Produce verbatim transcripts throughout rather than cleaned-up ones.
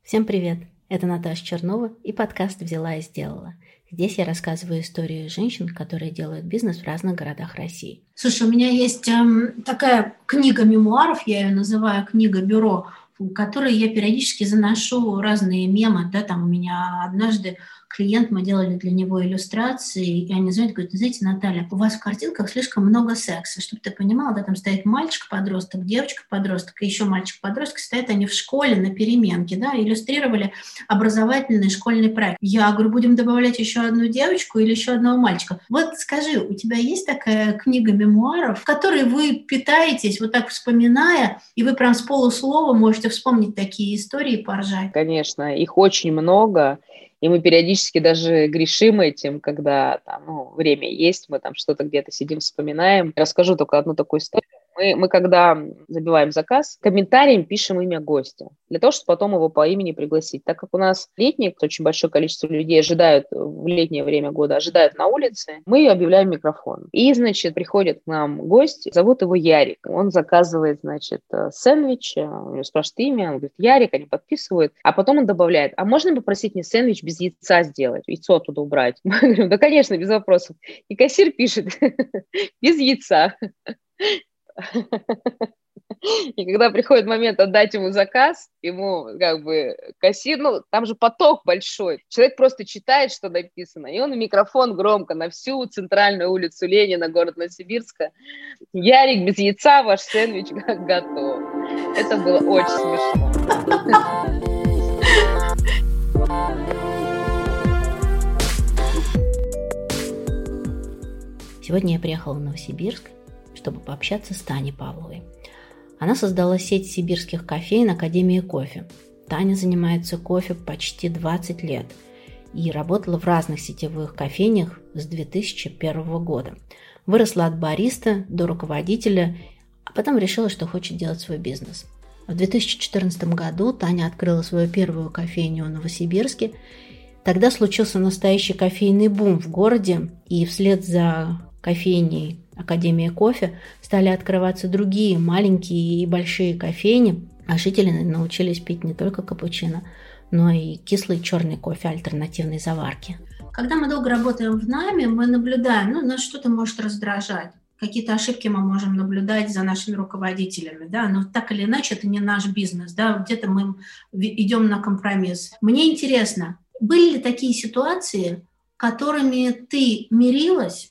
Всем привет! Это Наташа Чернова и подкаст «Взяла и сделала». Здесь я рассказываю истории женщин, которые делают бизнес в разных городах России. Слушай, у меня есть эм, такая книга мемуаров, я ее называю «Книга-бюро», в которой я периодически заношу разные мемы. Да, там у меня однажды клиент, мы делали для него иллюстрации, и они звонят, говорят: знаете, Наталья, у вас в картинках слишком много секса. Чтобы ты понимала, да, там стоит мальчик-подросток, девочка-подросток и еще мальчик-подросток, стоят они в школе на переменке, да, иллюстрировали образовательный школьный проект. Я говорю: будем добавлять еще одну девочку или еще одного мальчика. Вот скажи, у тебя есть такая книга мемуаров, в которой вы питаетесь, вот так вспоминая, и вы прям с полуслова можете вспомнить такие истории и поржать? Конечно, их очень много. И мы периодически даже грешим этим, когда там, ну, время есть, мы там что-то где-то сидим, вспоминаем. Расскажу только одну такую историю. Мы, мы когда забиваем заказ, комментарием пишем имя гостя, для того, чтобы потом его по имени пригласить. Так как у нас летний, очень большое количество людей ожидают в летнее время года, ожидают на улице, мы объявляем микрофон. И, значит, приходит к нам гость, зовут его Ярик. Он заказывает, значит, сэндвич, у него спрашивает имя, он говорит: Ярик, они подписывают. А потом он добавляет: а можно попросить мне сэндвич без яйца сделать, яйцо оттуда убрать? Мы говорим: да, конечно, без вопросов. И кассир пишет: без яйца. И когда приходит момент отдать ему заказ, ему как бы кассир, ну, там же поток большой, человек просто читает, что написано, и он в микрофон громко на всю центральную улицу Ленина, город Новосибирска: Ярик, без яйца ваш сэндвич готов. Это было очень смешно. Сегодня я приехала в Новосибирск, чтобы пообщаться с Таней Павловой. Она создала сеть сибирских кофеен Академии кофе. Таня занимается кофе почти двадцать лет и работала в разных сетевых кофейнях с две тысячи первого года. Выросла от бариста до руководителя, а потом решила, что хочет делать свой бизнес. В две тысячи четырнадцатом году Таня открыла свою первую кофейню в Новосибирске. Тогда случился настоящий кофейный бум в городе, и вслед за кофейней Академия кофе стали открываться другие маленькие и большие кофейни, а жители научились пить не только капучино, но и кислый черный кофе альтернативной заварки. Когда мы долго работаем в найме, мы наблюдаем, ну, нас что-то может раздражать. Какие-то ошибки мы можем наблюдать за нашими руководителями, да, но так или иначе это не наш бизнес, да, где-то мы идем на компромисс. Мне интересно, были ли такие ситуации, которыми ты мирилась,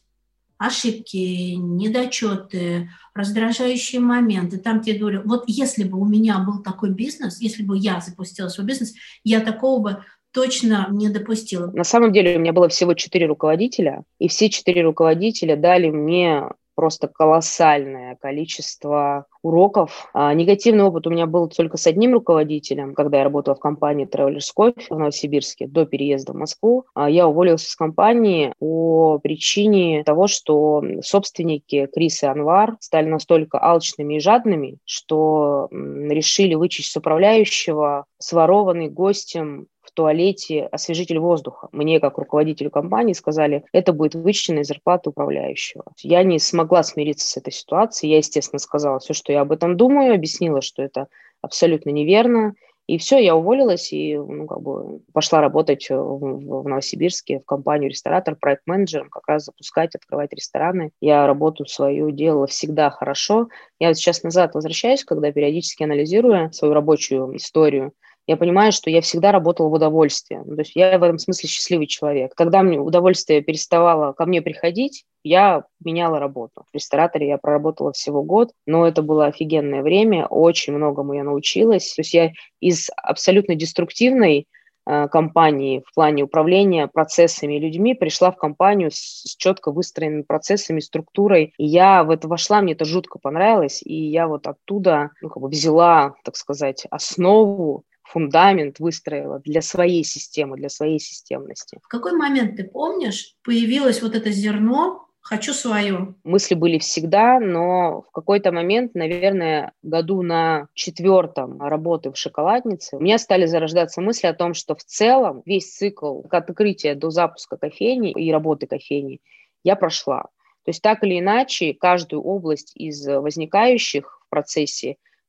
ошибки, недочеты, раздражающие моменты, там тебе говорю: вот если бы у меня был такой бизнес, если бы я запустила свой бизнес, я такого бы точно не допустила. На самом деле у меня было всего четыре руководителя, и все четыре руководителя дали мне просто колоссальное количество уроков. А, негативный опыт у меня был только с одним руководителем, когда я работала в компании Travelers Coffee в Новосибирске до переезда в Москву. А, я уволилась из компании по причине того, что собственники Крис и Анвар стали настолько алчными и жадными, что м, решили вычесть с управляющего сворованный гостем в туалете освежитель воздуха. Мне, как руководителю компании, сказали: это будет вычтено из зарплаты управляющего. Я не смогла смириться с этой ситуацией. Я, естественно, сказала все, что я об этом думаю, объяснила, что это абсолютно неверно. И все, я уволилась и ну, как бы пошла работать в, в Новосибирске в компанию ресторатор, проект-менеджером, как раз запускать, открывать рестораны. Я работу свою делала всегда хорошо. Я вот сейчас назад возвращаюсь, когда периодически анализируя свою рабочую историю, я понимаю, что я всегда работала в удовольствие. Ну, то есть я в этом смысле счастливый человек. Когда мне удовольствие переставало ко мне приходить, я меняла работу. В рестораторе я проработала всего год, но это было офигенное время, очень многому я научилась. То есть я из абсолютно деструктивной э, компании в плане управления процессами и людьми пришла в компанию с, с четко выстроенными процессами, структурой. И я в это вошла, мне это жутко понравилось, и я вот оттуда ну, как бы взяла, так сказать, основу, фундамент выстроила для своей системы, для своей системности. В какой момент, ты помнишь, появилось вот это зерно «хочу свое»? Мысли были всегда, но в какой-то момент, наверное, году на четвертом работы в шоколаднице, у меня стали зарождаться мысли о том, что в целом весь цикл от открытия до запуска кофейни и работы кофейни я прошла. То есть так или иначе, каждую область из возникающих в процессе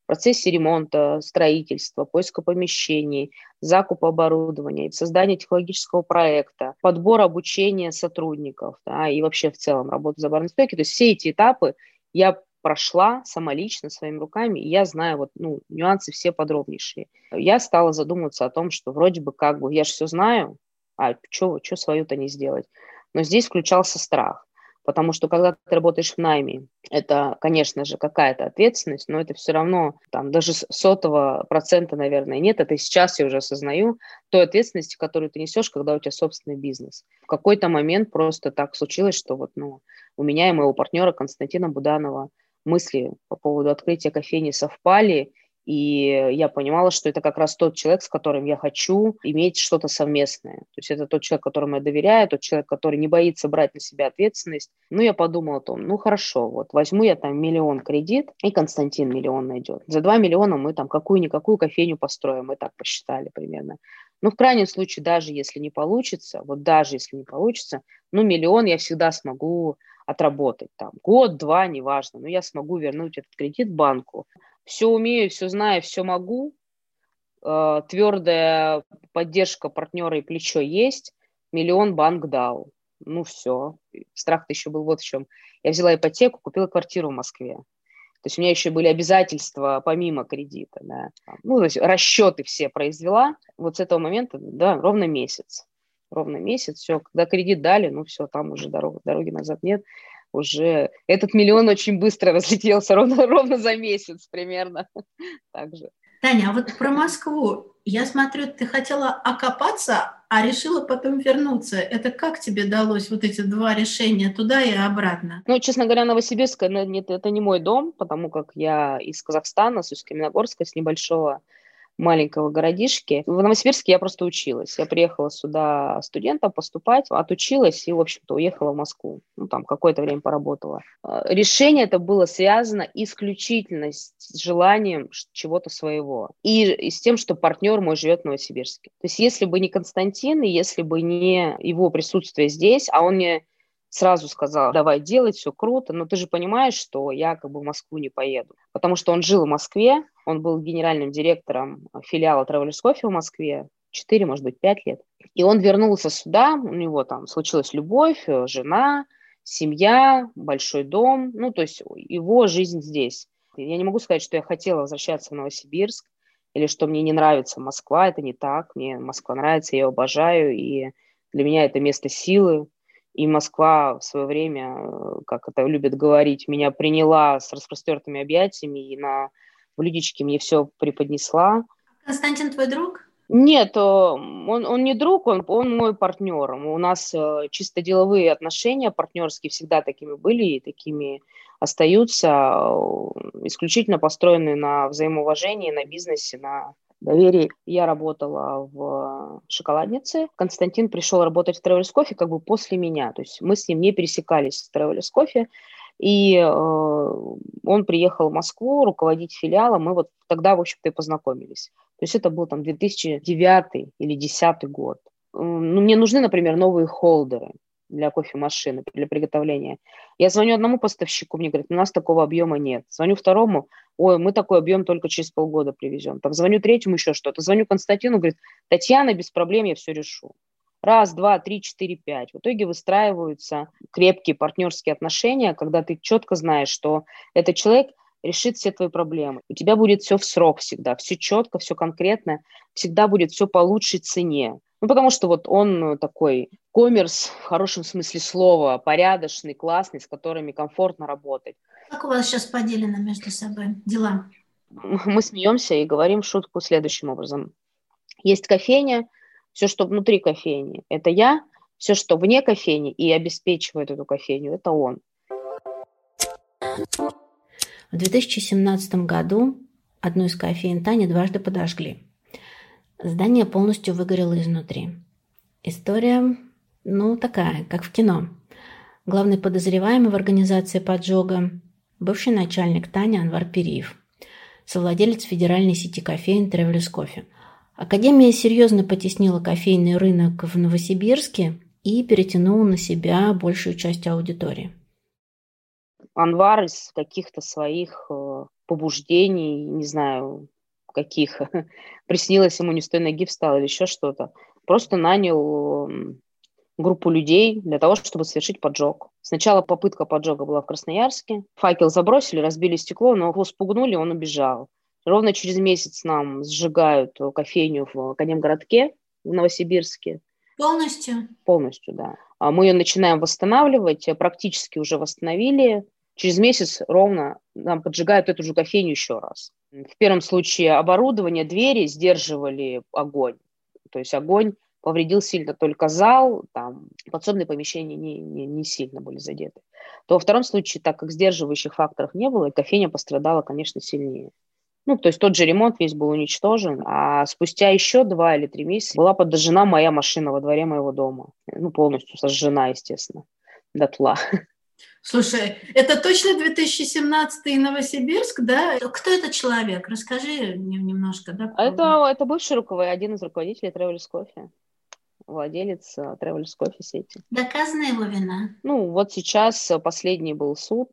в процессе ремонта, строительства, поиска помещений, закупа оборудования, создания технологического проекта, подбор обучения сотрудников, да, и вообще в целом работа за барной стойкой. То есть все эти этапы я прошла сама лично своими руками, и я знаю вот, ну, нюансы все подробнейшие. Я стала задумываться о том, что вроде бы как бы я же все знаю, а что свою-то не сделать? Но здесь включался страх, потому что когда ты работаешь в найме, это, конечно же, какая-то ответственность, но это все равно там даже сотого процента, наверное, нет. Это сейчас я уже осознаю той ответственности, которую ты несешь, когда у тебя собственный бизнес. В какой-то момент просто так случилось, что вот, ну, у меня и моего партнера Константина Буданова мысли по поводу открытия кофейни совпали, и я понимала, что это как раз тот человек, с которым я хочу иметь что-то совместное. То есть это тот человек, которому я доверяю, тот человек, который не боится брать на себя ответственность. Ну, я подумала о том, ну, хорошо, вот возьму я там миллион кредит, и Константин миллион найдет. За два миллиона мы там какую-никакую кофейню построим, мы так посчитали примерно. Ну, в крайнем случае, даже если не получится, вот даже если не получится, ну, миллион я всегда смогу отработать, там, год, два, неважно, но я смогу вернуть этот кредит банку. Все умею, все знаю, все могу, э, твердая поддержка партнера и плечо есть, миллион банк дал. Ну, все. Страх-то еще был вот в чем. Я взяла ипотеку, купила квартиру в Москве. То есть у меня еще были обязательства помимо кредита. Да. Ну, то есть расчеты все произвела. Вот с этого момента, да, ровно месяц. Ровно месяц, все, когда кредит дали, ну все, там уже дорог, дороги назад нет, уже этот миллион очень быстро разлетелся, ровно, ровно за месяц примерно. Так же. Таня, а вот про Москву, я смотрю, ты хотела окопаться, а решила потом вернуться. Это как тебе далось, вот эти два решения, туда и обратно? Ну, честно говоря, Новосибирск, это не мой дом, потому как я из Казахстана, с Усть-Каменогорска, с небольшого маленького городишки. В Новосибирске я просто училась. Я приехала сюда студентом поступать, отучилась и, в общем-то, уехала в Москву. Ну, там какое-то время поработала. Решение это было связано исключительно с желанием чего-то своего. И, и с тем, что партнер мой живет в Новосибирске. То есть если бы не Константин, и если бы не его присутствие здесь, а он мне сразу сказал, давай делай, все круто, но ты же понимаешь, что я как бы в Москву не поеду. Потому что он жил в Москве, он был генеральным директором филиала Travelers Coffee в Москве, четыре, может быть, пять лет. И он вернулся сюда, у него там случилась любовь, жена, семья, большой дом, ну, то есть его жизнь здесь. Я не могу сказать, что я хотела возвращаться в Новосибирск, или что мне не нравится Москва, это не так. Мне Москва нравится, я ее обожаю, и для меня это место силы. И Москва в свое время, как это любят говорить, меня приняла с распростертыми объятиями и на блюдечке мне все преподнесла. Константин твой друг? Нет, он, он не друг, он, он мой партнер. У нас чисто деловые отношения партнерские всегда такими были и такими остаются, исключительно построенные на взаимоуважении, на бизнесе, на доверии. Я работала в шоколаднице. Константин пришел работать в Travelers Coffee как бы после меня. То есть мы с ним не пересекались в Travelers Coffee. И э, он приехал в Москву руководить филиалом. Мы вот тогда, в общем-то, и познакомились. То есть это был там две тысячи девятый или две тысячи десятый год. Ну, мне нужны, например, новые холдеры для кофемашины, для приготовления. Я звоню одному поставщику, мне говорят, у нас такого объема нет. Звоню второму, ой, мы такой объем только через полгода привезем. Там звоню третьему еще что-то. Звоню Константину, говорит, Татьяна, без проблем, я все решу. Раз, два, три, четыре, пять. В итоге выстраиваются крепкие партнерские отношения, когда ты четко знаешь, что этот человек решит все твои проблемы. У тебя будет все в срок всегда, все четко, все конкретно, всегда будет все по лучшей цене. Ну, потому что вот он такой коммерс, в хорошем смысле слова, порядочный, классный, с которыми комфортно работать. Как у вас сейчас поделено между собой дела? Мы смеемся и говорим шутку следующим образом. Есть кофейня, все, что внутри кофейни, это я, все, что вне кофейни и обеспечивает эту кофейню, это он. В две тысячи семнадцатом году одну из кофеен Тани дважды подожгли. Здание полностью выгорело изнутри. История, ну, такая, как в кино. Главный подозреваемый в организации поджога – бывший начальник Тани Анвар Периев, совладелец федеральной сети кофеен Travelers Coffee. Академия серьезно потеснила кофейный рынок в Новосибирске и перетянула на себя большую часть аудитории. Анвар из каких-то своих побуждений, не знаю, каких, приснилось ему не с той ноги встал или еще что-то, просто нанял группу людей для того, чтобы совершить поджог. Сначала попытка поджога была в Красноярске. Факел забросили, разбили стекло, но его спугнули, он убежал. Ровно через месяц нам сжигают кофейню в Академгородке в Новосибирске. Полностью? Полностью, да. Мы ее начинаем восстанавливать, практически уже восстановили. Через месяц ровно нам поджигают эту же кофейню еще раз. В первом случае оборудование, двери сдерживали огонь. То есть огонь повредил сильно только зал, там подсобные помещения не, не, не сильно были задеты. То во втором случае, так как сдерживающих факторов не было, кофейня пострадала, конечно, сильнее. Ну, то есть тот же ремонт весь был уничтожен, а спустя еще два или три месяца была подожжена моя машина во дворе моего дома. Ну, полностью сожжена, естественно, дотла. Слушай, это точно две тысячи семнадцатый Новосибирск, да? Кто этот человек? Расскажи мне немножко, да? Это, это бывший руководитель, один из руководителей Travelers Coffee, владелец Travelers Coffee сети. Доказана его вина? Ну, вот сейчас последний был суд,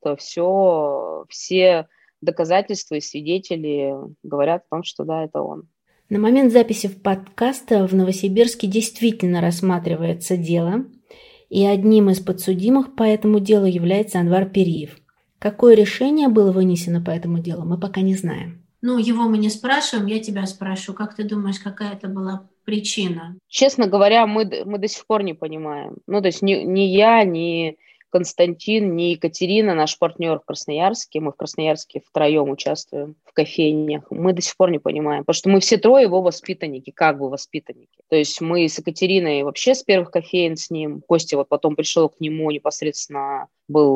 все, все доказательства и свидетели говорят о том, что да, это он. На момент записи в подкаста в Новосибирске действительно рассматривается дело, и одним из подсудимых по этому делу является Анвар Периев. Какое решение было вынесено по этому делу, мы пока не знаем. Ну, его мы не спрашиваем, я тебя спрошу. Как ты думаешь, какая это была причина? Честно говоря, мы, мы до сих пор не понимаем. Ну, то есть ни, ни я, ни Константин, ни Екатерина, наш партнер в Красноярске, мы в Красноярске втроем участвуем в кофейнях, мы до сих пор не понимаем, потому что мы все трое его воспитанники, как бы воспитанники. То есть мы с Екатериной вообще с первых кофеен с ним, Костя вот потом пришел к нему непосредственно,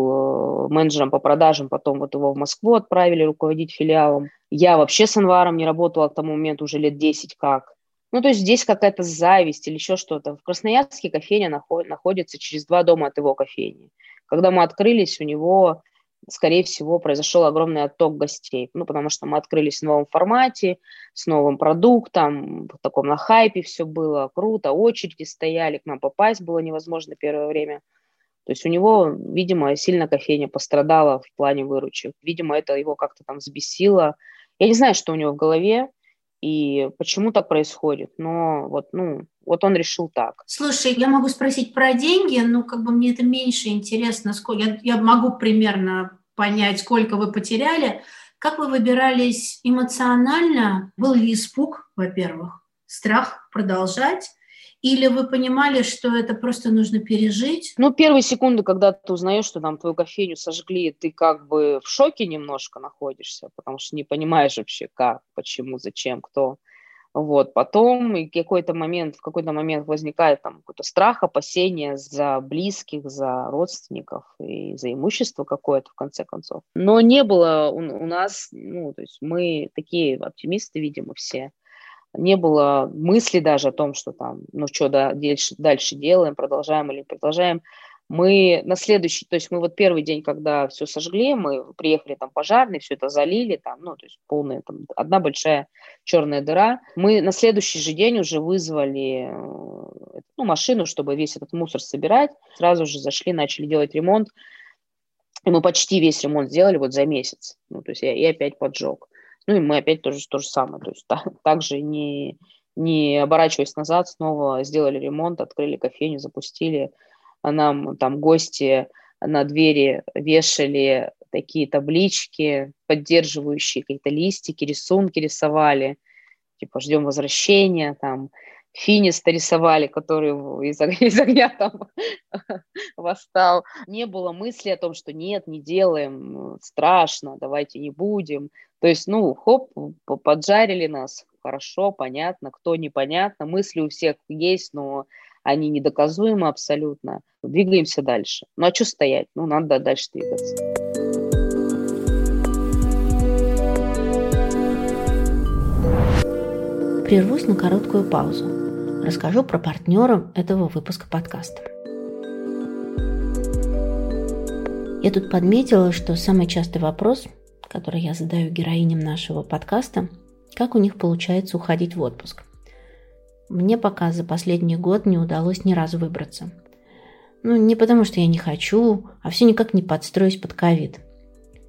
был менеджером по продажам, потом вот его в Москву отправили руководить филиалом. Я вообще с Анваром не работала к тому моменту уже лет десять как. Ну, то есть здесь какая-то зависть или еще что-то. В Красноярске кофейня наход- находится через два дома от его кофейни. Когда мы открылись, у него, скорее всего, произошел огромный отток гостей. Ну, потому что мы открылись в новом формате, с новым продуктом, в таком на хайпе все было круто, очереди стояли, к нам попасть было невозможно первое время. То есть у него, видимо, сильно кофейня пострадала в плане выручек. Видимо, это его как-то там взбесило. Я не знаю, что у него в голове и почему так происходит, но вот, ну, вот он решил так. Слушай, я могу спросить про деньги, но как бы мне это меньше интересно. Сколько... Я, я могу примерно понять, сколько вы потеряли. Как вы выбирались эмоционально? Был ли испуг, во-первых, страх продолжать? Или вы понимали, что это просто нужно пережить? Ну, первые секунды, когда ты узнаешь, что там твою кофейню сожгли, ты как бы в шоке немножко находишься, потому что не понимаешь вообще, как, почему, зачем, кто. Вот. Потом и какой-то момент, в какой-то момент возникает там какой-то страх, опасение за близких, за родственников и за имущество какое-то, в конце концов. Но не было у, у нас, ну, то есть мы такие оптимисты, видимо, все. Не было мысли даже о том, что там, ну что, да, дальше, дальше делаем, продолжаем или не продолжаем. Мы на следующий, то есть мы вот первый день, когда все сожгли, мы приехали там пожарные, все это залили, там, ну, то есть полная, там, одна большая черная дыра. Мы на следующий же день уже вызвали ну, машину, чтобы весь этот мусор собирать. Сразу же зашли, начали делать ремонт. И мы почти весь ремонт сделали вот за месяц. Ну, то есть и, и опять поджог. Ну и мы опять тоже то же самое. То есть так, так же не, не оборачиваясь назад, снова сделали ремонт, открыли кофейню, запустили. Нам там гости на двери вешали такие таблички, поддерживающие какие-то листики, рисунки рисовали. Типа ждем возвращения, там Финиста рисовали, который из, из огня там восстал. Не было мысли о том, что нет, не делаем, страшно, давайте не будем. То есть, ну, хоп, поджарили нас, хорошо, понятно, кто непонятно. Мысли у всех есть, но они недоказуемы абсолютно. Двигаемся дальше. Ну, а что стоять? Ну, надо дальше двигаться. Прервусь на короткую паузу. Расскажу про партнера этого выпуска подкаста. Я тут подметила, что самый частый вопрос, который я задаю героиням нашего подкаста, как у них получается уходить в отпуск. Мне пока за последний год не удалось ни разу выбраться. Ну, не потому, что я не хочу, а все никак не подстроюсь под ковид.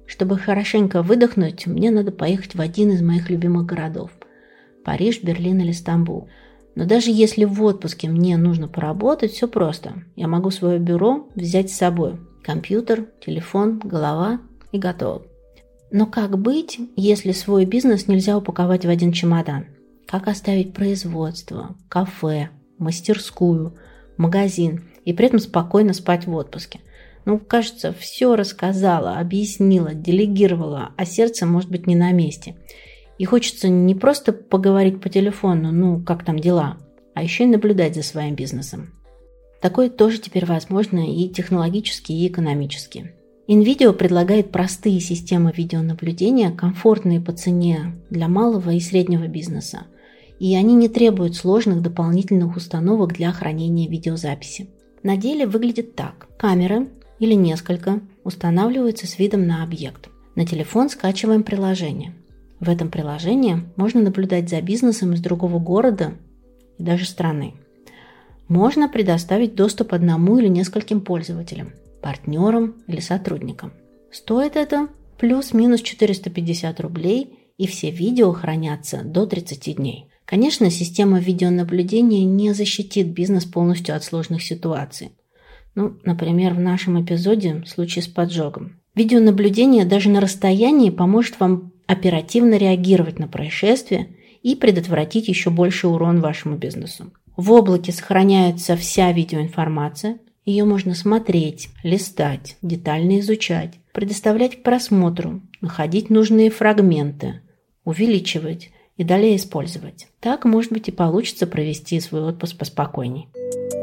Чтобы хорошенько выдохнуть, мне надо поехать в один из моих любимых городов – Париж, Берлин или Стамбул. Но даже если в отпуске мне нужно поработать, все просто. Я могу свое бюро взять с собой. Компьютер, телефон, голова и готово. Но как быть, если свой бизнес нельзя упаковать в один чемодан? Как оставить производство, кафе, мастерскую, магазин и при этом спокойно спать в отпуске? Ну, кажется, все рассказала, объяснила, делегировала, а сердце может быть не на месте. И хочется не просто поговорить по телефону, ну, как там дела, а еще и наблюдать за своим бизнесом. Такое тоже теперь возможно и технологически, и экономически. InVideo предлагает простые системы видеонаблюдения, комфортные по цене для малого и среднего бизнеса. И они не требуют сложных дополнительных установок для хранения видеозаписи. На деле выглядит так. Камеры или несколько устанавливаются с видом на объект. На телефон скачиваем приложение. В этом приложении можно наблюдать за бизнесом из другого города и даже страны. Можно предоставить доступ одному или нескольким пользователям, партнерам или сотрудникам. Стоит это плюс-минус четыреста пятьдесят рублей, и все видео хранятся до тридцати дней. Конечно, система видеонаблюдения не защитит бизнес полностью от сложных ситуаций. Ну, например, в нашем эпизоде случай с поджогом. Видеонаблюдение даже на расстоянии поможет вам оперативно реагировать на происшествие и предотвратить еще больший урон вашему бизнесу. В облаке сохраняется вся видеоинформация, ее можно смотреть, листать, детально изучать, предоставлять к просмотру, находить нужные фрагменты, увеличивать и далее использовать. Так, может быть, и получится провести свой отпуск поспокойней.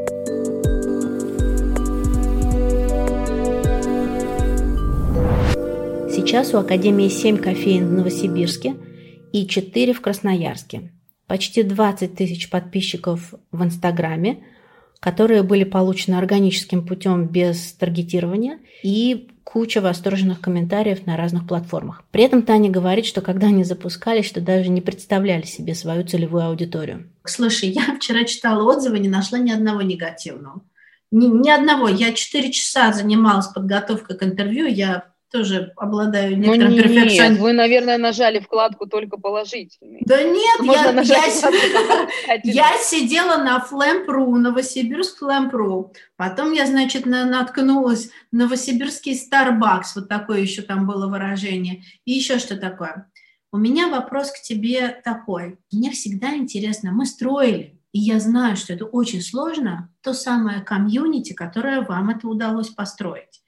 Сейчас у Академии семь кофеен в Новосибирске и четыре в Красноярске. Почти двадцать тысяч подписчиков в Инстаграме, которые были получены органическим путем без таргетирования, и куча восторженных комментариев на разных платформах. При этом Таня говорит, что когда они запускались, что даже не представляли себе свою целевую аудиторию. Слушай, я вчера читала отзывы, не нашла ни одного негативного. Ни, ни одного. Я четыре часа занималась подготовкой к интервью, я тоже обладаю некоторым ну, перфекционизмом. Нет, вы, наверное, нажали вкладку только положительный. Да нет, Можно я, я, я сидела на Флэмпру, Новосибирск Флэмпру. Потом я, значит, на, наткнулась Новосибирский Starbucks, вот такое еще там было выражение. И еще что такое. У меня вопрос к тебе такой. Мне всегда интересно, мы строили, и я знаю, что это очень сложно, то самое комьюнити, которое вам это удалось построить.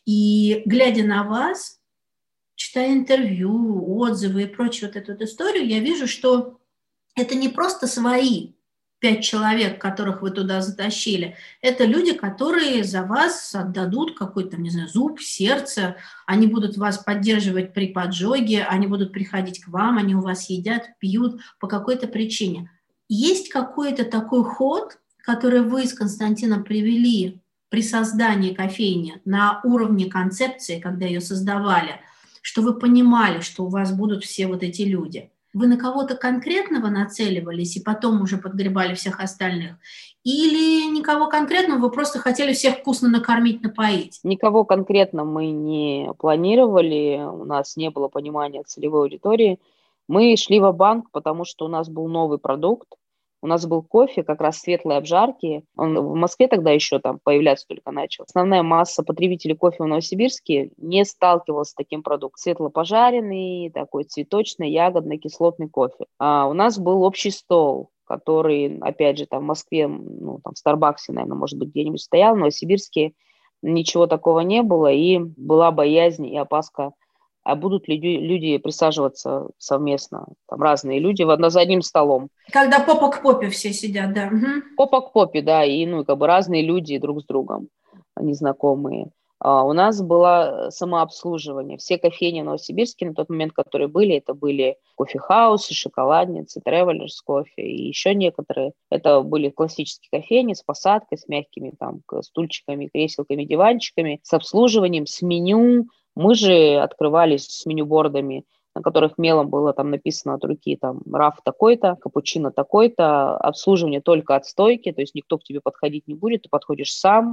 И глядя на вас, читая интервью, отзывы и прочую вот эту вот историю, я вижу, что это не просто свои пять человек, которых вы туда затащили, это люди, которые за вас отдадут какой-то, не знаю, зуб, сердце, они будут вас поддерживать при поджоге, они будут приходить к вам, они у вас едят, пьют по какой-то причине. Есть какой-то такой ход, который вы с Константином привели при создании кофейни на уровне концепции, когда ее создавали, что вы понимали, что у вас будут все вот эти люди? Вы на кого-то конкретного нацеливались и потом уже подгребали всех остальных? Или никого конкретного, вы просто хотели всех вкусно накормить, напоить? Никого конкретно мы не планировали, у нас не было понимания целевой аудитории. Мы шли ва-банк, потому что у нас был новый продукт. У нас был кофе, как раз светлой обжарки. Он в Москве тогда еще там появляться только начал. Основная масса потребителей кофе в Новосибирске не сталкивалась с таким продуктом. Светлопожаренный, такой цветочный, ягодный, кислотный кофе. А у нас был общий стол, который, опять же, там в Москве, ну, там в Старбаксе, наверное, может быть, где-нибудь стоял. В Новосибирске ничего такого не было, и была боязнь и опаска, а будут ли люди присаживаться совместно, там разные люди, за одним столом. Когда попа к попе все сидят, да. Угу. Попа к попе, да, и ну, как бы разные люди друг с другом, незнакомые. А у нас было самообслуживание. Все кофейни в Новосибирске на тот момент, которые были, это были кофе-хаусы, шоколадницы, Travelers кофе и еще некоторые. Это были классические кофейни с посадкой, с мягкими там стульчиками, креселками, диванчиками, с обслуживанием, с меню. Мы же открывались с менюбордами, на которых мелом было там написано от руки, там, раф такой-то, капучино такой-то, обслуживание только от стойки, то есть никто к тебе подходить не будет, ты подходишь сам,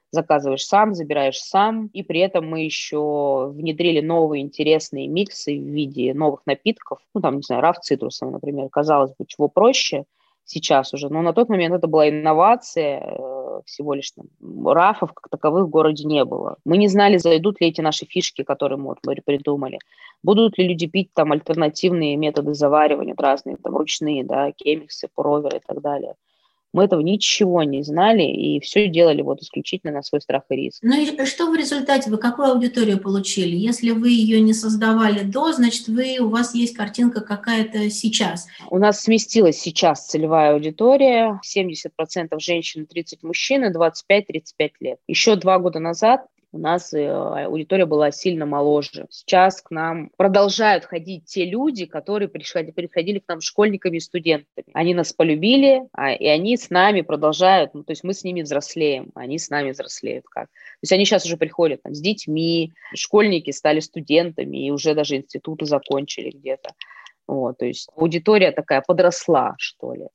заказываешь сам, забираешь сам. И при этом мы еще внедрили новые интересные миксы в виде новых напитков. Ну, там, не знаю, раф цитрусовый, например. Казалось бы, чего проще сейчас уже. Но на тот момент это была инновация, всего лишь там, рафов как таковых в городе не было. Мы не знали, зайдут ли эти наши фишки, которые мы, вот, мы придумали. Будут ли люди пить там альтернативные методы заваривания, разные, там, ручные, да, кемиксы, пуроверы и так далее. Мы этого ничего не знали и все делали вот исключительно на свой страх и риск. Ну и что в результате, вы какую аудиторию получили? Если вы ее не создавали до, значит, вы, у вас есть картинка какая-то сейчас. У нас сместилась сейчас целевая аудитория. семьдесят процентов женщин, тридцать мужчин и двадцать пять-тридцать пять лет. Еще два года назад у нас аудитория была сильно моложе. Сейчас к нам продолжают ходить те люди, которые приходили, приходили к нам школьниками и студентами. Они нас полюбили, а, и они с нами продолжают, ну, то есть мы с ними взрослеем, они с нами взрослеют. Как? То есть они сейчас уже приходят там, с детьми, школьники стали студентами и уже даже институты закончили где-то. Вот, то есть аудитория такая подросла, что ли.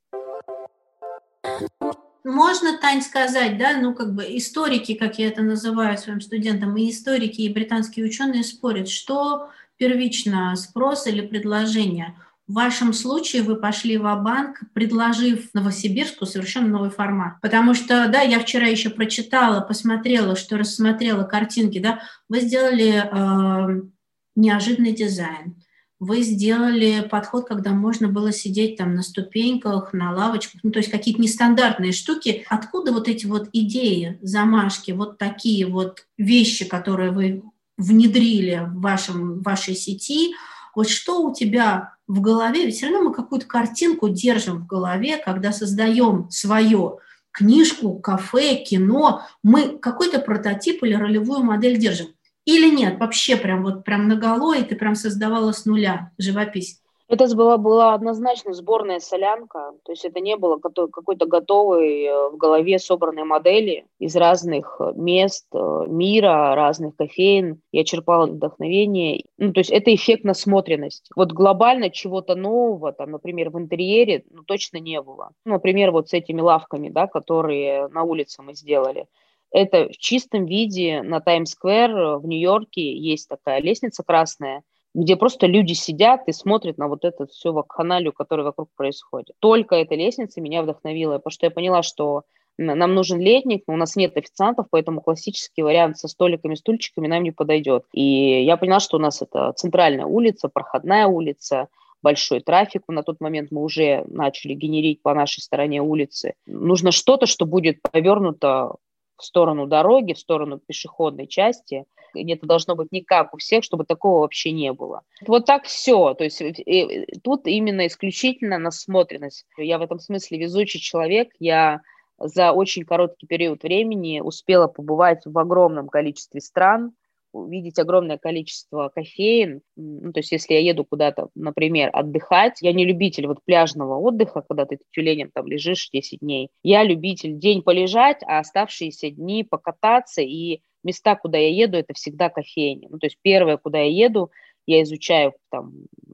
Можно, Тань, сказать, да, ну, как бы историки, как я это называю своим студентам, и историки, и британские ученые спорят, что первично, спрос или предложение. В вашем случае вы пошли ва-банк, предложив Новосибирску совершенно новый формат. Потому что, да, я вчера еще прочитала, посмотрела, что рассмотрела картинки, да, вы сделали э, неожиданный дизайн. Вы сделали подход, когда можно было сидеть там на ступеньках, на лавочках, ну, то есть какие-то нестандартные штуки. Откуда вот эти вот идеи, замашки, вот такие вот вещи, которые вы внедрили в, вашем, в вашей сети, вот что у тебя в голове? Ведь все равно мы какую-то картинку держим в голове, когда создаем свое книжку, кафе, кино, мы какой-то прототип или ролевую модель держим. Или нет, вообще прям вот прям наголо, и ты прям создавала с нуля живопись? Это была, была однозначно сборная солянка, то есть это не было какой-то готовой в голове собранной модели из разных мест мира, разных кофеин. Я черпала вдохновение. Ну, то есть это эффект насмотренности. Вот глобально чего-то нового, там, например, в интерьере, ну, точно не было. Ну, например, вот с этими лавками, да, которые на улице мы сделали. Это в чистом виде на Таймс-сквер в Нью-Йорке есть такая лестница красная, где просто люди сидят и смотрят на вот это все вакханалию, которая вокруг происходит. Только эта лестница меня вдохновила, потому что я поняла, что нам нужен летник, но у нас нет официантов, поэтому классический вариант со столиками, стульчиками нам не подойдет. И я поняла, что у нас это центральная улица, проходная улица, большой трафик. На тот момент мы уже начали генерить по нашей стороне улицы. Нужно что-то, что будет повернуто в сторону дороги, в сторону пешеходной части. И это должно быть не как у всех, чтобы такого вообще не было. Вот так все. То есть и, тут именно исключительно насмотренность. Я в этом смысле везучий человек. Я за очень короткий период времени успела побывать в огромном количестве стран, увидеть огромное количество кофеин. Ну, то есть если я еду куда-то, например, отдыхать, я не любитель вот пляжного отдыха, когда ты тюленем там лежишь десять дней. Я любитель день полежать, а оставшиеся дни покататься, и места, куда я еду, это всегда кофейни. Ну, то есть первое, куда я еду, я изучаю там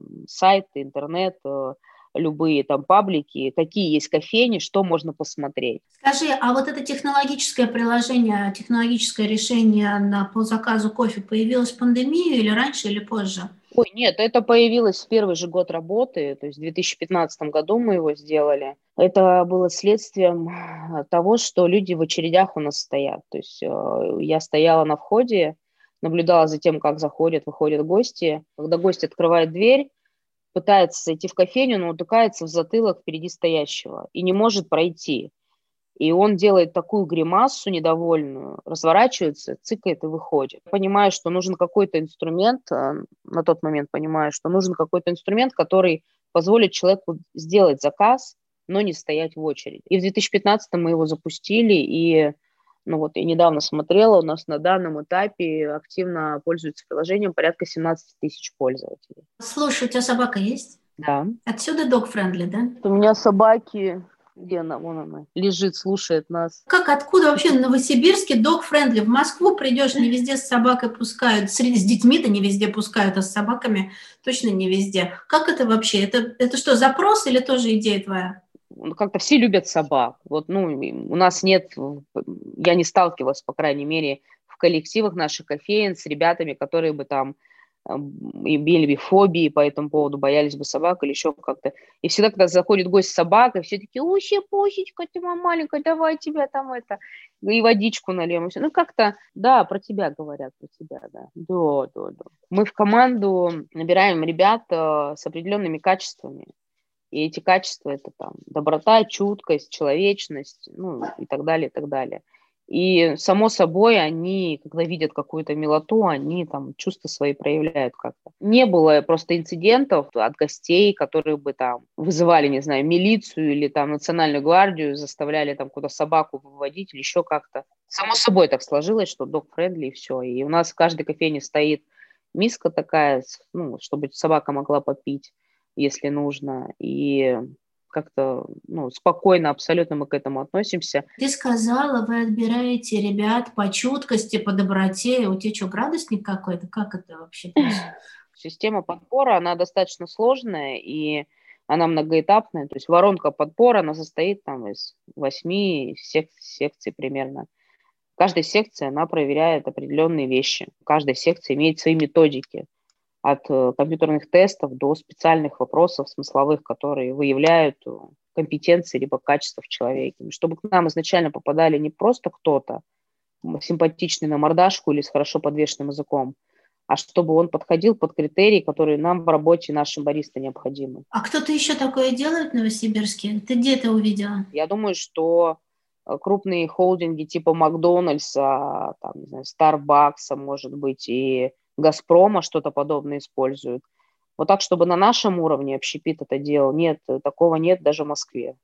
сайты, интернет, любые там паблики, какие есть кофейни, что можно посмотреть. Скажи, а вот это технологическое приложение, технологическое решение на, по заказу кофе появилось в пандемию или раньше, или позже? Ой, нет, это появилось в первый же год работы, то есть в две тысячи пятнадцатом году мы его сделали. Это было следствием того, что люди в очередях у нас стоят. То есть э, я стояла на входе, наблюдала за тем, как заходят, выходят гости. Когда гость открывает дверь, пытается зайти в кофейню, но утыкается в затылок впереди стоящего и не может пройти. И он делает такую гримассу недовольную, разворачивается, цыкает и выходит. Понимаю, что нужен какой-то инструмент, на тот момент понимаю, что нужен какой-то инструмент, который позволит человеку сделать заказ, но не стоять в очереди. И в две тысячи пятнадцатом мы его запустили, и ну вот я недавно смотрела, у нас на данном этапе активно пользуются приложением порядка семнадцать тысяч пользователей. Слушай, у тебя собака есть? Да. Отсюда dog-friendly, да? У меня собаки... Где она? Вон она. Лежит, слушает нас. Как, откуда вообще в Новосибирске dog-friendly? В Москву придешь, не везде с собакой пускают. С детьми-то не везде пускают, а с собаками точно не везде. Как это вообще? Это, это что, запрос или тоже идея твоя? ну, как-то все любят собак. Вот, ну, у нас нет, я не сталкивалась, по крайней мере, в коллективах наших кофеен с ребятами, которые бы там имели бы фобии по этому поводу, боялись бы собак или еще как-то. И всегда, когда заходит гость с собакой, все такие: ой, щепусечка, ты моя маленькая, давай тебя там это, и водичку нальем. И все. Ну, как-то, да, про тебя говорят, про тебя, да. Да, да, да. Мы в команду набираем ребят э, с определенными качествами. И эти качества – это там доброта, чуткость, человечность, ну, и так далее, и так далее. И, само собой, они, когда видят какую-то милоту, они там чувства свои проявляют как-то. Не было просто инцидентов от гостей, которые бы там вызывали, не знаю, милицию или там национальную гвардию, заставляли там куда собаку выводить или еще как-то. Само собой так сложилось, что dog-friendly и все. И у нас в каждой кофейне стоит миска такая, ну, чтобы собака могла попить, если нужно. И как-то, ну, спокойно абсолютно мы к этому относимся. Ты сказала, вы отбираете ребят по чуткости, по доброте. У тебя что, градусник какой-то? Как это вообще происходит? Система подбора, она достаточно сложная, и она многоэтапная. То есть воронка подбора, она состоит там из восьми сек- секций примерно. Каждая секция, она проверяет определенные вещи. Каждая секция имеет свои методики. От компьютерных тестов до специальных вопросов смысловых, которые выявляют компетенции либо качества в человеке. Чтобы к нам изначально попадали не просто кто-то симпатичный на мордашку или с хорошо подвешенным языком, а чтобы он подходил под критерии, которые нам в работе нашим бариста необходимы. А кто-то еще такое делает в Новосибирске? Ты где это увидела? Я думаю, что крупные холдинги типа Макдональдса, там, не знаю, Старбакса, может быть, и Газпрома что-то подобное используют. Вот так, чтобы на нашем уровне общепит это делал, нет, такого нет даже в Москве.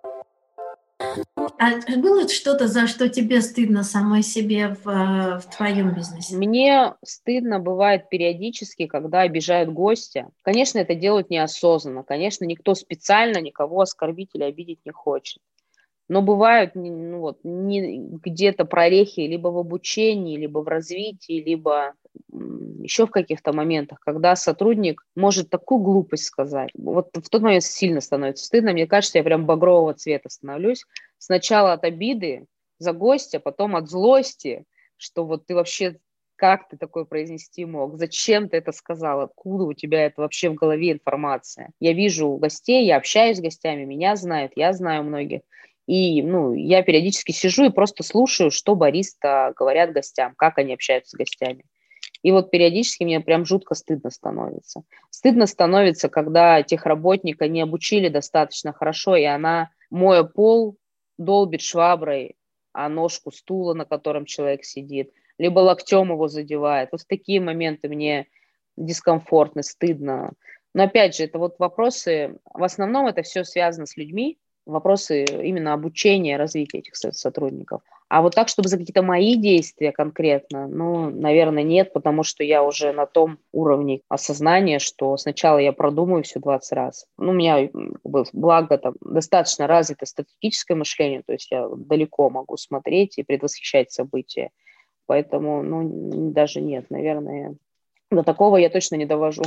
А было что-то, за что тебе стыдно самой себе в, в твоем бизнесе? Мне стыдно бывает периодически, когда обижают гостя. Конечно, это делают неосознанно. Конечно, никто специально никого оскорбить или обидеть не хочет. Но бывают ну, вот, не, где-то прорехи либо в обучении, либо в развитии, либо еще в каких-то моментах, когда сотрудник может такую глупость сказать. Вот в тот момент сильно становится стыдно. Мне кажется, я прям багрового цвета становлюсь. Сначала от обиды за гостя, потом от злости, что вот ты вообще, как ты такое произнести мог? Зачем ты это сказал? Откуда у тебя это вообще в голове информация? Я вижу гостей, я общаюсь с гостями, меня знают, я знаю многих. И ну, я периодически сижу и просто слушаю, что бариста говорят гостям, как они общаются с гостями. И вот периодически мне прям жутко стыдно становится. Стыдно становится, когда техработника не обучили достаточно хорошо, и она, моя пол, долбит шваброй о ножку стула, на котором человек сидит, либо локтем его задевает. Вот в такие моменты мне дискомфортно, стыдно. Но опять же, это вот вопросы, в основном это все связано с людьми, вопросы именно обучения, развития этих сотрудников. А вот так, чтобы за какие-то мои действия конкретно, ну, наверное, нет, потому что я уже на том уровне осознания, что сначала я продумаю все двадцать раз. Ну, у меня, благо, там, достаточно развито стратегическое мышление, то есть я далеко могу смотреть и предвосхищать события. Поэтому, ну, даже нет, наверное, до такого я точно не довожу.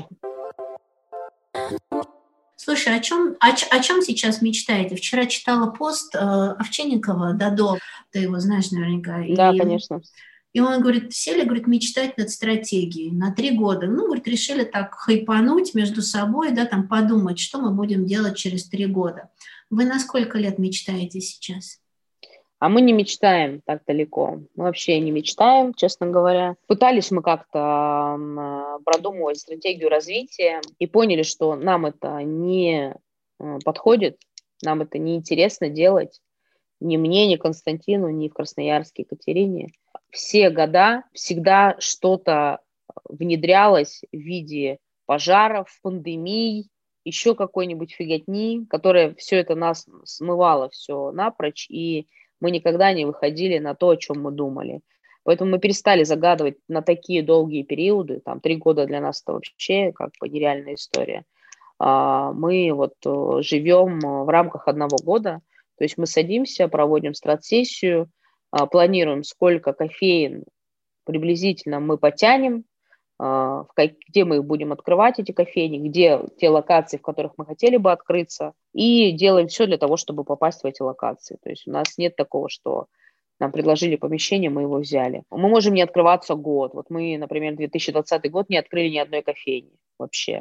Слушай, о чем, о, о чем сейчас мечтаете? Вчера читала пост э, Овчинникова, Дадо, ты его знаешь наверняка. Да, и, конечно. И он говорит, сели, говорит, мечтать над стратегией на три года. Ну, говорит, решили так хайпануть между собой, да, там подумать, что мы будем делать через три года. Вы на сколько лет мечтаете сейчас? А мы не мечтаем так далеко. Мы вообще не мечтаем, честно говоря. Пытались мы как-то продумывать стратегию развития и поняли, что нам это не подходит, нам это не интересно делать. Ни мне, ни Константину, ни в Красноярске Екатерине. Все года всегда что-то внедрялось в виде пожаров, пандемий, еще какой-нибудь фиготни, которая все это нас смывало все напрочь, и мы никогда не выходили на то, о чем мы думали. Поэтому мы перестали загадывать на такие долгие периоды. Там три года для нас это вообще как бы нереальная история. Мы вот живем в рамках одного года. То есть мы садимся, проводим стратсессию, планируем, сколько кофеин приблизительно мы потянем, где мы их будем открывать, эти кофейни, где те локации, в которых мы хотели бы открыться, и делаем все для того, чтобы попасть в эти локации. То есть у нас нет такого, что нам предложили помещение, мы его взяли. Мы можем не открываться год. Вот мы, например, две тысячи двадцатый год не открыли ни одной кофейни вообще.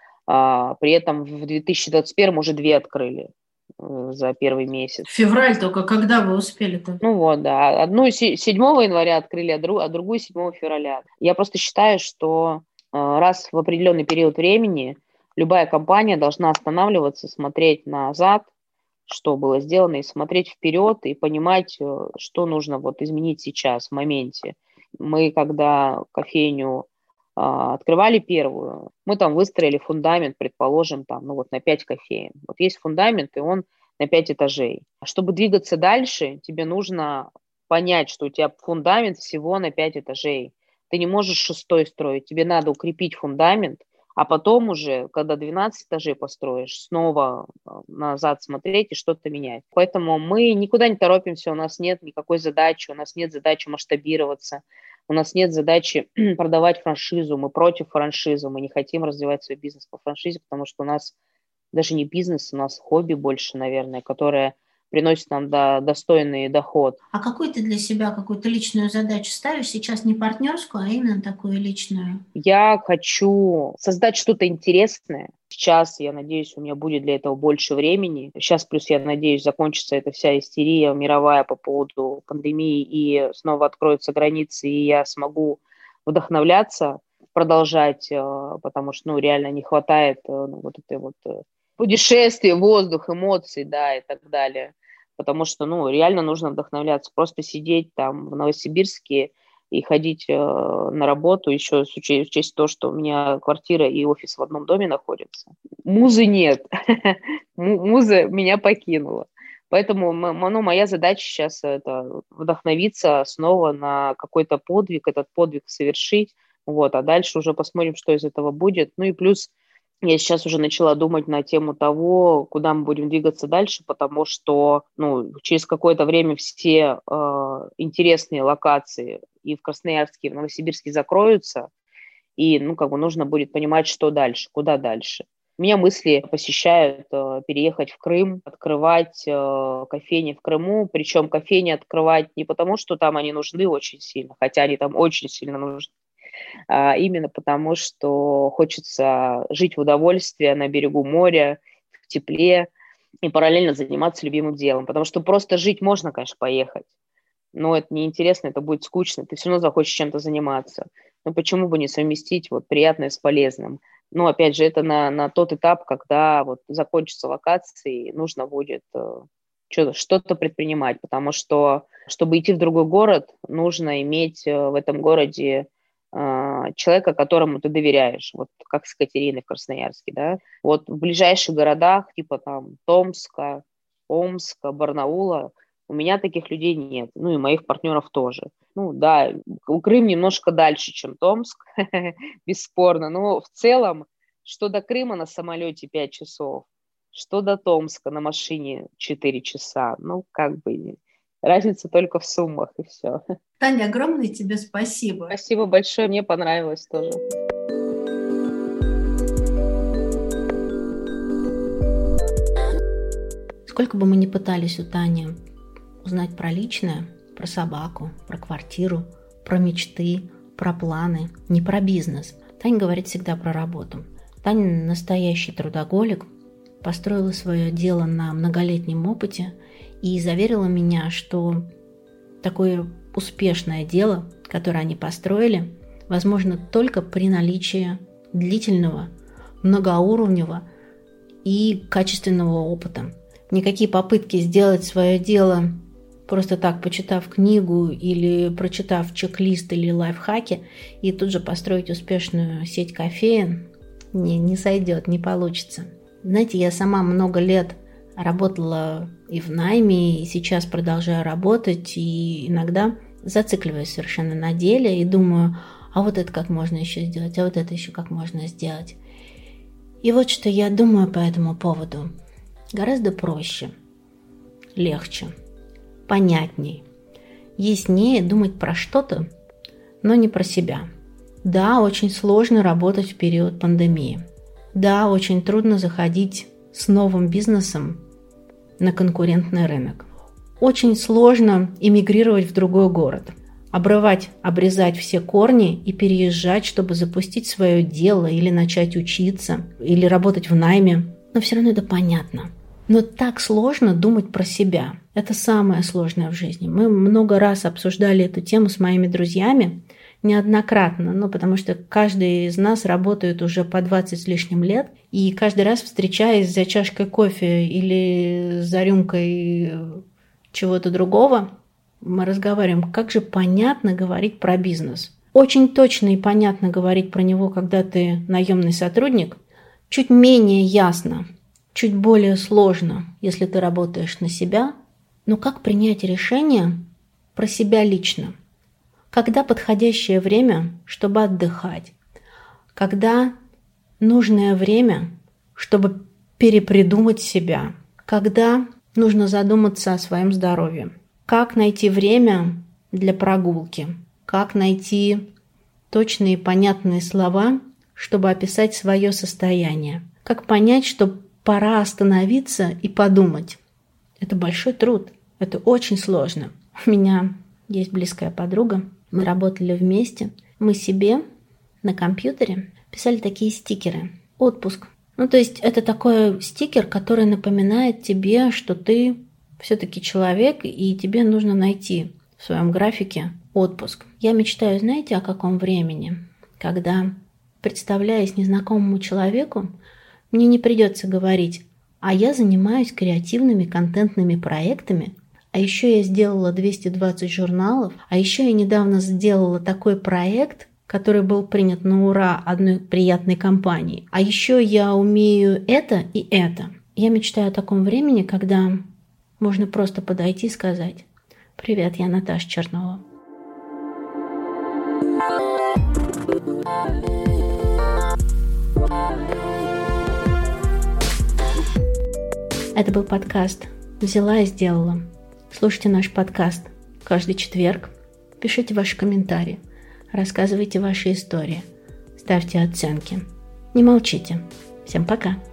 А, при этом в две тысячи двадцать первом уже две открыли за первый месяц. Февраль только, когда вы успели-то? Ну вот, да. Одну седьмого января открыли, а, друг, а другую седьмого февраля. Я просто считаю, что раз в определенный период времени любая компания должна останавливаться, смотреть назад, что было сделано, и смотреть вперед, и понимать, что нужно вот изменить сейчас, в моменте. Мы, когда кофейню а, открывали первую, мы там выстроили фундамент, предположим, там, ну вот на пять кофеен. Вот есть фундамент, и он на пять этажей. Чтобы двигаться дальше, тебе нужно понять, что у тебя фундамент всего на пять этажей. Ты не можешь шестой строить, тебе надо укрепить фундамент, а потом уже, когда двенадцать этажей построишь, снова назад смотреть и что-то менять. Поэтому мы никуда не торопимся, у нас нет никакой задачи, у нас нет задачи масштабироваться, у нас нет задачи продавать франшизу, мы против франшизы, мы не хотим развивать свой бизнес по франшизе, потому что у нас даже не бизнес, у нас хобби больше, наверное, которое приносит нам до, достойный доход. А какую ты для себя какую-то личную задачу ставишь сейчас, не партнерскую, а именно такую личную? Я хочу создать что-то интересное. Сейчас, я надеюсь, у меня будет для этого больше времени. Сейчас, плюс, я надеюсь, закончится эта вся истерия мировая по поводу пандемии, и снова откроются границы, и я смогу вдохновляться, продолжать, потому что, ну, реально не хватает ну, вот этой вот путешествия, воздух, эмоций, да, и так далее. Потому что, ну, реально нужно вдохновляться. Просто сидеть там в Новосибирске и ходить э, на работу, еще с учесть, учесть то, что у меня квартира и офис в одном доме находятся. Музы нет. Муза меня покинула. Поэтому ну, моя задача сейчас это вдохновиться снова на какой-то подвиг, этот подвиг совершить. Вот, а дальше уже посмотрим, что из этого будет. Ну и плюс я сейчас уже начала думать на тему того, куда мы будем двигаться дальше, потому что ну, через какое-то время все э, интересные локации и в Красноярске, и в Новосибирске закроются, и ну, как бы нужно будет понимать, что дальше, куда дальше. Меня мысли посещают э, переехать в Крым, открывать э, кофейни в Крыму, причем кофейни открывать не потому, что там они нужны очень сильно, хотя они там очень сильно нужны, а именно потому, что хочется жить в удовольствии на берегу моря, в тепле и параллельно заниматься любимым делом. Потому что просто жить можно, конечно, поехать, но это неинтересно, это будет скучно, ты все равно захочешь чем-то заниматься. Но почему бы не совместить вот приятное с полезным? Ну, опять же, это на, на тот этап, когда вот закончатся локации, нужно будет э, что-то, что-то предпринимать, потому что, чтобы идти в другой город, нужно иметь э, в этом городе человека, которому ты доверяешь, вот как с Катериной в Красноярске, да, вот в ближайших городах, типа там Томска, Омска, Барнаула, у меня таких людей нет, ну и моих партнеров тоже. Ну да, Крым немножко дальше, чем Томск, бесспорно, но в целом, что до Крыма на самолете пять часов, что до Томска на машине четыре часа, ну как бы разница только в суммах, и все. Таня, огромное тебе спасибо. Спасибо большое, мне понравилось тоже. Сколько бы мы ни пытались у Тани узнать про личное, про собаку, про квартиру, про мечты, про планы, не про бизнес, Таня говорит всегда про работу. Таня настоящий трудоголик, построила свое дело на многолетнем опыте и заверила меня, что такое успешное дело, которое они построили, возможно только при наличии длительного, многоуровневого и качественного опыта. Никакие попытки сделать свое дело просто так, почитав книгу или прочитав чек-лист или лайфхаки, и тут же построить успешную сеть кофеен, не, не сойдет, не получится. Знаете, я сама много лет работала и в найме, и сейчас продолжаю работать, и иногда зацикливаюсь совершенно на деле и думаю, а вот это как можно еще сделать, а вот это еще как можно сделать. И вот что я думаю по этому поводу. Гораздо проще, легче, понятней, яснее думать про что-то, но не про себя. Да, очень сложно работать в период пандемии. Да, очень трудно заходить с новым бизнесом на конкурентный рынок. Очень сложно эмигрировать в другой город, обрывать, обрезать все корни и переезжать, чтобы запустить свое дело или начать учиться, или работать в найме. Но все равно это понятно. Но так сложно думать про себя. Это самое сложное в жизни. Мы много раз обсуждали эту тему с моими друзьями, неоднократно, ну, потому что каждый из нас работает уже по двадцать с лишним лет, и каждый раз, встречаясь за чашкой кофе или за рюмкой чего-то другого, мы разговариваем, как же понятно говорить про бизнес. Очень точно и понятно говорить про него, когда ты наемный сотрудник, чуть менее ясно, чуть более сложно, если ты работаешь на себя. Но как принять решение про себя лично? Когда подходящее время, чтобы отдыхать? Когда нужное время, чтобы перепридумать себя? Когда нужно задуматься о своем здоровье? Как найти время для прогулки? Как найти точные и понятные слова, чтобы описать свое состояние? Как понять, что пора остановиться и подумать? Это большой труд, это очень сложно. У меня есть близкая подруга, мы работали вместе. Мы себе на компьютере писали такие стикеры. Отпуск. Ну, то есть это такой стикер, который напоминает тебе, что ты все-таки человек, и тебе нужно найти в своем графике отпуск. Я мечтаю, знаете, о каком времени? Когда, представляясь незнакомому человеку, мне не придется говорить: а я занимаюсь креативными контентными проектами, а еще я сделала двести двадцать журналов, а еще я недавно сделала такой проект, который был принят на ура одной приятной компанией, а еще я умею это и это. Я мечтаю о таком времени, когда можно просто подойти и сказать: «Привет, я Наташа Чернова». Это был подкаст «Взяла и сделала». Слушайте наш подкаст каждый четверг. Пишите ваши комментарии. Рассказывайте ваши истории. Ставьте оценки. Не молчите. Всем пока.